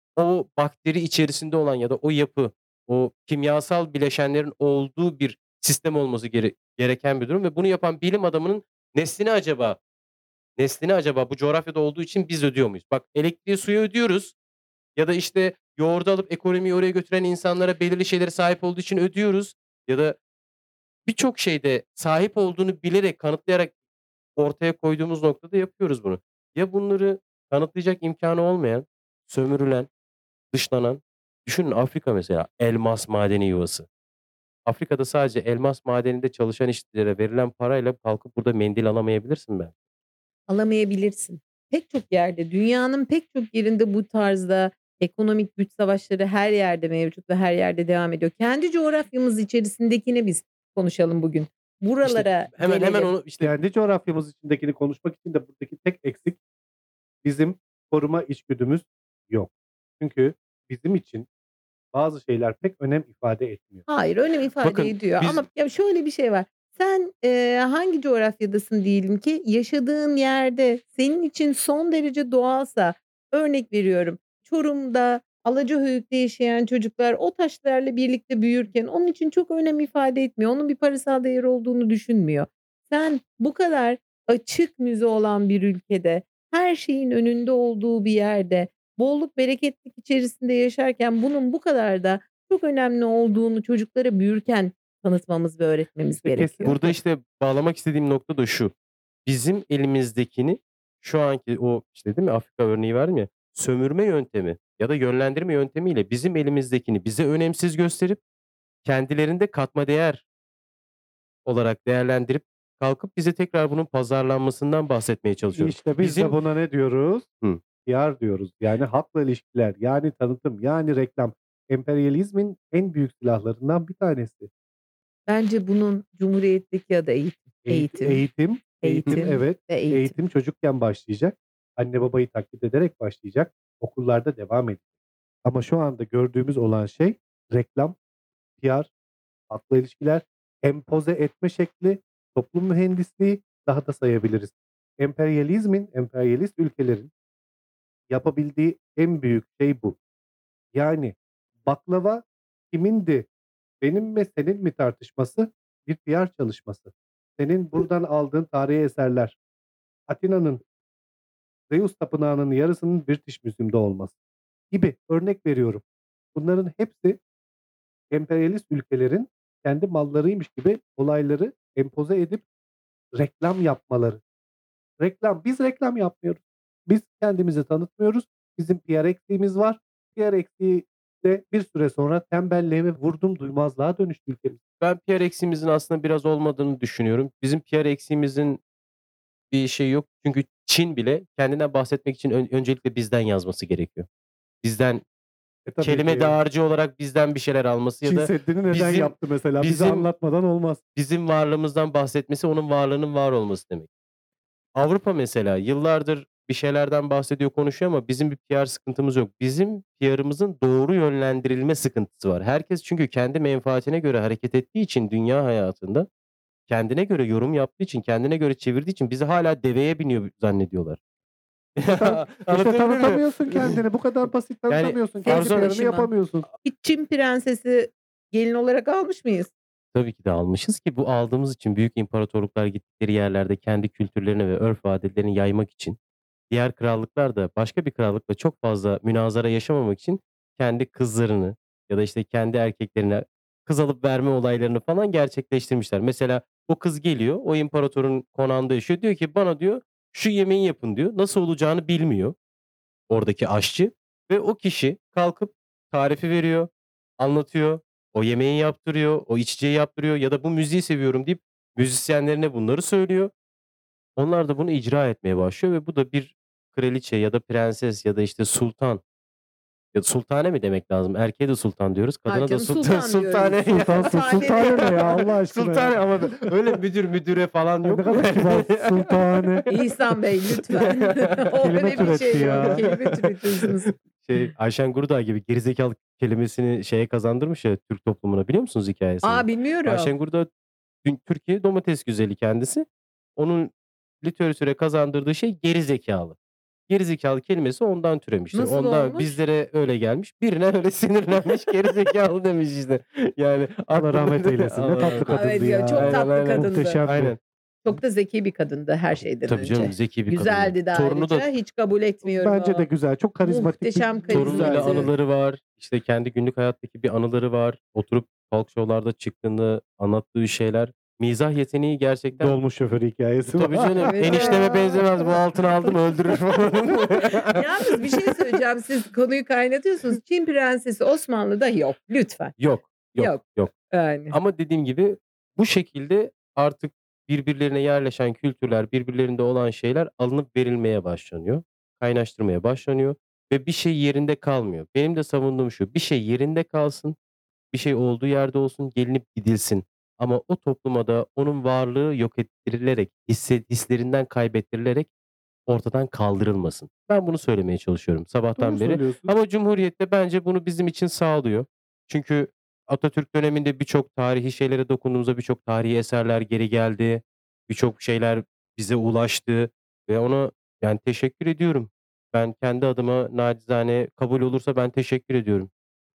o bakteri içerisinde olan ya da o yapı, o kimyasal bileşenlerin olduğu bir sistem olması gereken bir durum ve bunu yapan bilim adamının neslini acaba bu coğrafyada olduğu için biz ödüyor muyuz? Bak, elektriği, suya ödüyoruz ya da işte yoğurdu alıp ekonomiyi oraya götüren insanlara belirli şeylere sahip olduğu için ödüyoruz ya da birçok şeyde sahip olduğunu bilerek, kanıtlayarak ortaya koyduğumuz noktada yapıyoruz bunu. Ya bunları kanıtlayacak imkânı olmayan, sömürülen, dışlanan, düşünün Afrika mesela elmas madeni yuvası. Afrika'da sadece elmas madeninde çalışan işçilere verilen parayla kalkıp burada mendil alamayabilirsin belki. Alamayabilirsin. Pek çok yerde, dünyanın pek çok yerinde bu tarzda ekonomik güç savaşları her yerde mevcut ve her yerde devam ediyor. Kendi coğrafyamız içerisindekini biz konuşalım bugün. İşte Buralara hemen gelelim. onu işte Kendi coğrafyamız içindekini konuşmak için de buradaki tek eksik bizim koruma içgüdümüz yok. Çünkü bizim için bazı şeyler pek önem ifade etmiyor. Hayır, önem ifade bakın ediyor biz ama ya şöyle bir şey var. Sen, hangi coğrafyadasın diyelim ki yaşadığın yerde senin için son derece doğalsa, örnek veriyorum, Çorum'da, Alacahöyük'te yaşayan çocuklar o taşlarla birlikte büyürken onun için çok önem ifade etmiyor. Onun bir parasal değeri olduğunu düşünmüyor. Sen bu kadar açık müze olan bir ülkede, her şeyin önünde olduğu bir yerde, bolluk bereketlik içerisinde yaşarken bunun bu kadar da çok önemli olduğunu çocuklara büyürken tanıtmamız ve öğretmemiz İşte gerekiyor. burada kesinlikle işte bağlamak istediğim nokta da şu. Bizim elimizdekini şu anki o işte değil mi Afrika örneği verdim ya sömürme yöntemi ya da yönlendirme yöntemiyle bizim elimizdekini bize önemsiz gösterip kendilerinde katma değer olarak değerlendirip kalkıp bize tekrar bunun pazarlanmasından bahsetmeye çalışıyorlar. İşte biz de Bizim buna ne diyoruz? Hı. PR diyoruz. Yani halkla ilişkiler, yani tanıtım, yani reklam. Emperyalizmin en büyük silahlarından bir tanesi. Bence bunun Cumhuriyet'teki adı eğitim. Eğitim, Eğitim, eğitim, eğitim evet. ve eğitim. Eğitim çocukken başlayacak. Anne babayı taklit ederek başlayacak. Okullarda devam edecek. Ama şu anda gördüğümüz olan şey reklam, PR, halkla ilişkiler, empoze etme şekli, toplum mühendisliği, daha da sayabiliriz. Emperyalist ülkelerin yapabildiği en büyük şey bu. Yani baklava kimindi? Benim mi senin mi tartışması bir PR çalışması. Senin buradan aldığın tarihi eserler, Atina'nın Zeus tapınağının yarısının British Museum'da olması gibi örnek veriyorum. Bunların hepsi emperyalist ülkelerin kendi mallarıymış gibi olayları empoze edip reklam yapmaları. Biz reklam yapmıyoruz. Biz kendimizi tanıtmıyoruz. Bizim PR eksiğimiz var. PR eksiği de bir süre sonra tembelliğe ve vurdum duymazlığa dönüştü ülkemiz. ben PR eksiğimizin aslında biraz olmadığını düşünüyorum. Bizim PR eksiğimizin bir şey yok. Çünkü Çin bile kendinden bahsetmek için öncelikle bizden yazması gerekiyor. Bizden Tabii kelime ki dağarcığı olarak bizden bir şeyler alması ya Çin da Seddi'ni neden bizim yaptı mesela? Bize bizim anlatmadan olmaz. bizim varlığımızdan bahsetmesi onun varlığının var olması demek. Avrupa mesela yıllardır bir şeylerden bahsediyor, konuşuyor ama bizim bir PR sıkıntımız yok. Bizim PR'ımızın doğru yönlendirilme sıkıntısı var. Herkes çünkü kendi menfaatine göre hareket ettiği için dünya hayatında kendine göre yorum yaptığı için, kendine göre çevirdiği için bizi hala deveye biniyor zannediyorlar. İşte, işte Anlatabildim mi? tanıtamıyorsun kendini. Bu kadar basit Yani tanıtamıyorsun. Kendi Arzu Hanım PR'ını taşıma. yapamıyorsun. Hiç Çin prensesi gelin olarak almış mıyız? tabii ki de almışız ki bu aldığımız için büyük imparatorluklar gittikleri yerlerde kendi kültürlerini ve örf ve adetlerini yaymak için, diğer krallıklar da başka bir krallıkla çok fazla münazara yaşamamak için kendi kızlarını ya da işte kendi erkeklerine kız alıp verme olaylarını falan gerçekleştirmişler. Mesela o kız geliyor, o imparatorun konağında yaşıyor. Diyor ki bana diyor şu yemeği yapın diyor. Nasıl olacağını bilmiyor oradaki aşçı ve o kişi kalkıp tarifi veriyor, anlatıyor, o yemeği yaptırıyor, o içeceği yaptırıyor ya da bu müziği seviyorum deyip müzisyenlerine bunları söylüyor. Onlar da bunu icra etmeye başlıyor ve bu da bir kraliçe ya da prenses ya da işte sultan ya da sultane mi demek lazım? Erkeğe de sultan diyoruz, Hayır kadına da canım, sultan sultan sultane diyoruz. Sultane ne ya Allah aşkına sultane ya. ama öyle müdüre falan Ne yok mu? kadar kibar sultane. İhsan Bey lütfen. O Kelime öyle bir türetti şey ya. yok. Kelime türetiyorsunuz. Ayşen Gurdağ gibi gerizekalı kelimesini şeye kazandırmış ya Türk toplumuna biliyor musunuz hikayesini? Bilmiyorum. Ayşen Gurdağ Türkiye domates güzeli kendisi. Onun literatüre kazandırdığı şey gerizekalı. Gerizekalı kelimesi ondan türemiştir. Nasıl Ondan olmuş? bizlere öyle gelmiş. Birine öyle sinirlenmiş gerizekalı demiş işte. Yani Allah rahmet eylesin. Ne Allah tatlı rahmet kadındı Evet ya. ya, çok Aynen, tatlı aynen. kadındı. Muhteşem bu. Aynen. Çok da zeki bir kadındı her şeyden Tabii önce. canım zeki bir kadın. Güzeldi de Torunu ayrıca. da Hiç kabul etmiyorum Bence o. de güzel. Çok karizmatik. Muhteşem torunuyla karizması. anıları var. İşte kendi günlük hayattaki bir anıları var. Oturup talk show'larda çıktığında anlattığı şeyler mizah yeteneği gerçekten Dolmuş şoförü hikayesi tabii var. canım. Evet Enişteme ya. benzemez. Bu altını aldım öldürür falan. Yalnız bir şey söyleyeceğim. Siz konuyu kaynatıyorsunuz. Çin prensesi Osmanlı'da yok. Lütfen. Yok. Yok. Yok. Yani. Ama dediğim gibi bu şekilde artık birbirlerine yerleşen kültürler, birbirlerinde olan şeyler alınıp verilmeye başlanıyor. Kaynaştırmaya başlanıyor ve bir şey yerinde kalmıyor. Benim de savunduğum şu, bir şey yerinde kalsın, bir şey olduğu yerde olsun, gelinip gidilsin. Ama o topluma da onun varlığı yok ettirilerek, hislerinden kaybettirilerek ortadan kaldırılmasın. Ben bunu söylemeye çalışıyorum Doğru sabahtan beri. söylüyorsun. Ama Cumhuriyet de bence bunu bizim için sağlıyor. Çünkü Atatürk döneminde birçok tarihi şeylere dokunduğumuzda birçok tarihi eserler geri geldi. Birçok şeyler bize ulaştı ve ona yani teşekkür ediyorum. Ben kendi adıma nacizane kabul olursa ben teşekkür ediyorum.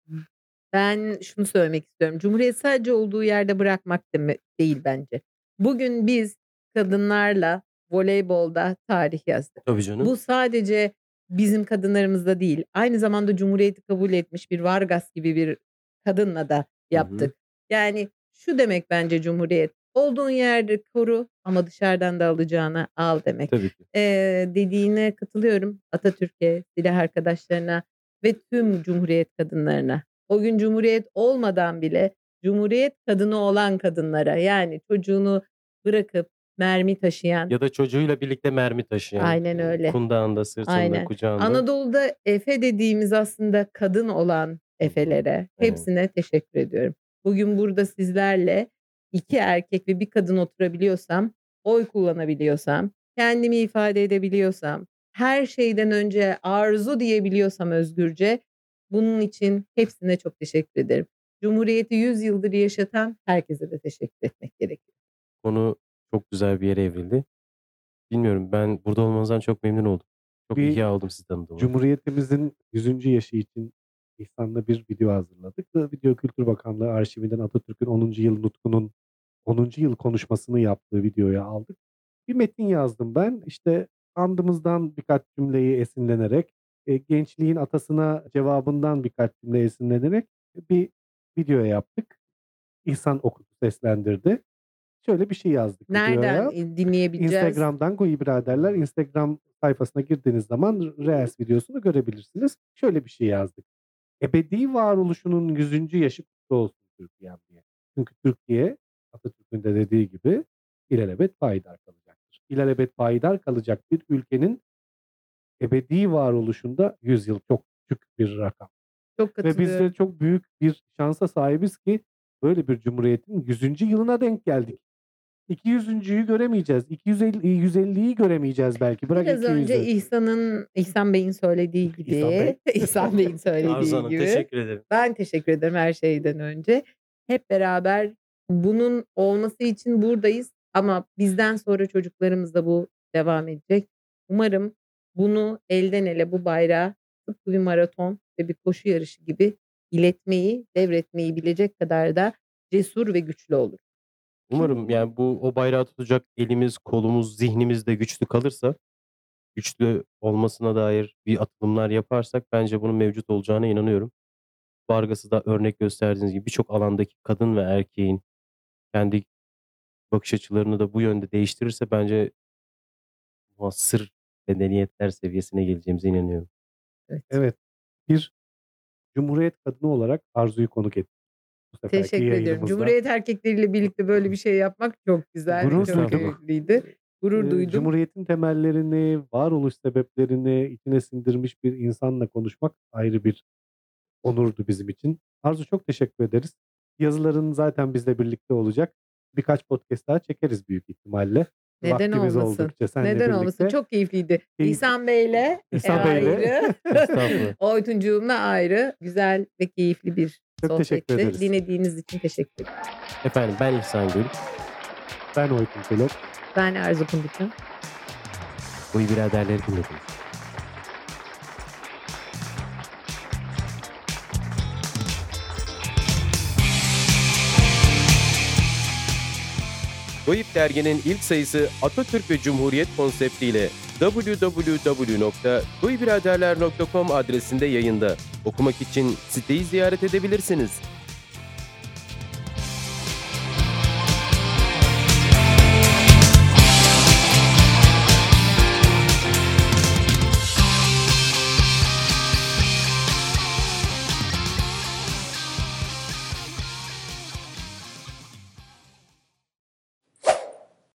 Ben şunu söylemek istiyorum. Cumhuriyet sadece olduğu yerde bırakmak değil bence. Bugün biz kadınlarla voleybolda tarih yazdık. Tabii canım. Bu sadece bizim kadınlarımızda değil. Aynı zamanda Cumhuriyeti kabul etmiş bir Vargas gibi bir kadınla da Hı hı. yaptık. Yani şu demek bence Cumhuriyet. Olduğun yerde koru ama dışarıdan da alacağını al demek. Tabii ki. Dediğine katılıyorum. Atatürk'e, silah arkadaşlarına ve tüm Cumhuriyet kadınlarına. O gün Cumhuriyet olmadan bile Cumhuriyet kadını olan kadınlara, yani çocuğunu bırakıp mermi taşıyan, Ya da çocuğuyla birlikte mermi taşıyan, aynen öyle. kundağında, sırtında, Aynen. kucağında. Anadolu'da Efe dediğimiz aslında kadın olan Efelere Evet. hepsine teşekkür ediyorum. Bugün burada sizlerle 2 erkek ve 1 kadın oturabiliyorsam, oy kullanabiliyorsam, kendimi ifade edebiliyorsam, her şeyden önce arzu diyebiliyorsam özgürce, bunun için hepsine çok teşekkür ederim. Cumhuriyeti 100 yıldır yaşatan herkese de teşekkür etmek gerekiyor. Konu çok güzel bir yere evrildi. Bilmiyorum, ben burada olmanızdan çok memnun oldum. Çok Bir iyi oldum sizi tanıdığıma. Cumhuriyetimizin 100. yaşı için İhsan'la bir video hazırladık. Video Kültür Bakanlığı arşivinden Atatürk'ün 10. yıl nutkunun 10. yıl konuşmasını yaptığı videoya aldık. Bir metin yazdım ben. İşte andımızdan birkaç cümleyi esinlenerek, gençliğin atasına cevabından birkaç cümle esinlenerek bir video yaptık. İhsan okudu, seslendirdi. Şöyle bir şey yazdık Nereden videoya. dinleyebileceğiz? Instagram'dan Goy Biraderler Instagram sayfasına girdiğiniz zaman Reels videosunu görebilirsiniz. Şöyle bir şey yazdık. Ebedi varoluşunun 100. yaşı kutlu olsun Türkiye'm diye. Çünkü Türkiye Atatürk'ün de dediği gibi ilelebet payidar kalacaktır. İlelebet payidar kalacak bir ülkenin ebedi varoluşunda 100 yıl çok küçük bir rakam. Çok Ve biz katılıyorum. de çok büyük bir şansa sahibiz ki böyle bir cumhuriyetin 100. yılına denk geldik. 200'üncüyü göremeyeceğiz. 150'yi göremeyeceğiz belki. Bırak Biraz önce 200'ü. İhsan Bey'in söylediği İhsan gibi, Bey. İhsan Bey'in Arzu söylediği Hanım, gibi, teşekkür ederim. ben teşekkür ederim her şeyden önce. Hep beraber bunun olması için buradayız ama bizden sonra çocuklarımız da bu devam edecek. Umarım bunu elden ele bu bayrağı tıpkı bir maraton ve bir koşu yarışı gibi iletmeyi, devretmeyi bilecek kadar da cesur ve güçlü olur. Umarım yani o bayrağı tutacak elimiz, kolumuz, zihnimiz de güçlü kalırsa, güçlü olmasına dair bir atılımlar yaparsak bence bunun mevcut olacağına inanıyorum. Vargas'ı da örnek gösterdiğiniz gibi birçok alandaki kadın ve erkeğin kendi bakış açılarını da bu yönde değiştirirse bence muasır medeniyetler seviyesine geleceğimize inanıyorum. Evet. Evet. Bir Cumhuriyet kadını olarak Arzu'yu konuk ettik. Bu seferki Teşekkür ediyorum. yayınımızda. Cumhuriyet erkekleriyle birlikte böyle bir şey yapmak çok güzel, Gurur çok duyduk. keyifliydi. Gurur duydum. Cumhuriyetin temellerini, varoluş sebeplerini içine sindirmiş bir insanla konuşmak ayrı bir onurdu bizim için. Arzu, çok teşekkür ederiz. Yazıların zaten bizle birlikte olacak. Birkaç podcast daha çekeriz büyük ihtimalle. Neden Vaktimiz olmasın? oldukça seninle Neden birlikte. olmasın? Çok keyifliydi. Keyif- İhsan Bey'le İhsan Bey'le. ayrı. Estağfurullah. Oytuncuğumla ayrı. Güzel ve keyifli bir Çok teşekkür sohbetti. ederiz. Dinlediğiniz için teşekkür ederim. Efendim ben İhsan Gül. Ben Oytun Pelok. Ben Arzu Punduk'um. Bu biraderleri dinledim. Goyip derginin ilk sayısı Atatürk ve Cumhuriyet konseptiyle www.goybiraderler.com adresinde yayında. Okumak için siteyi ziyaret edebilirsiniz.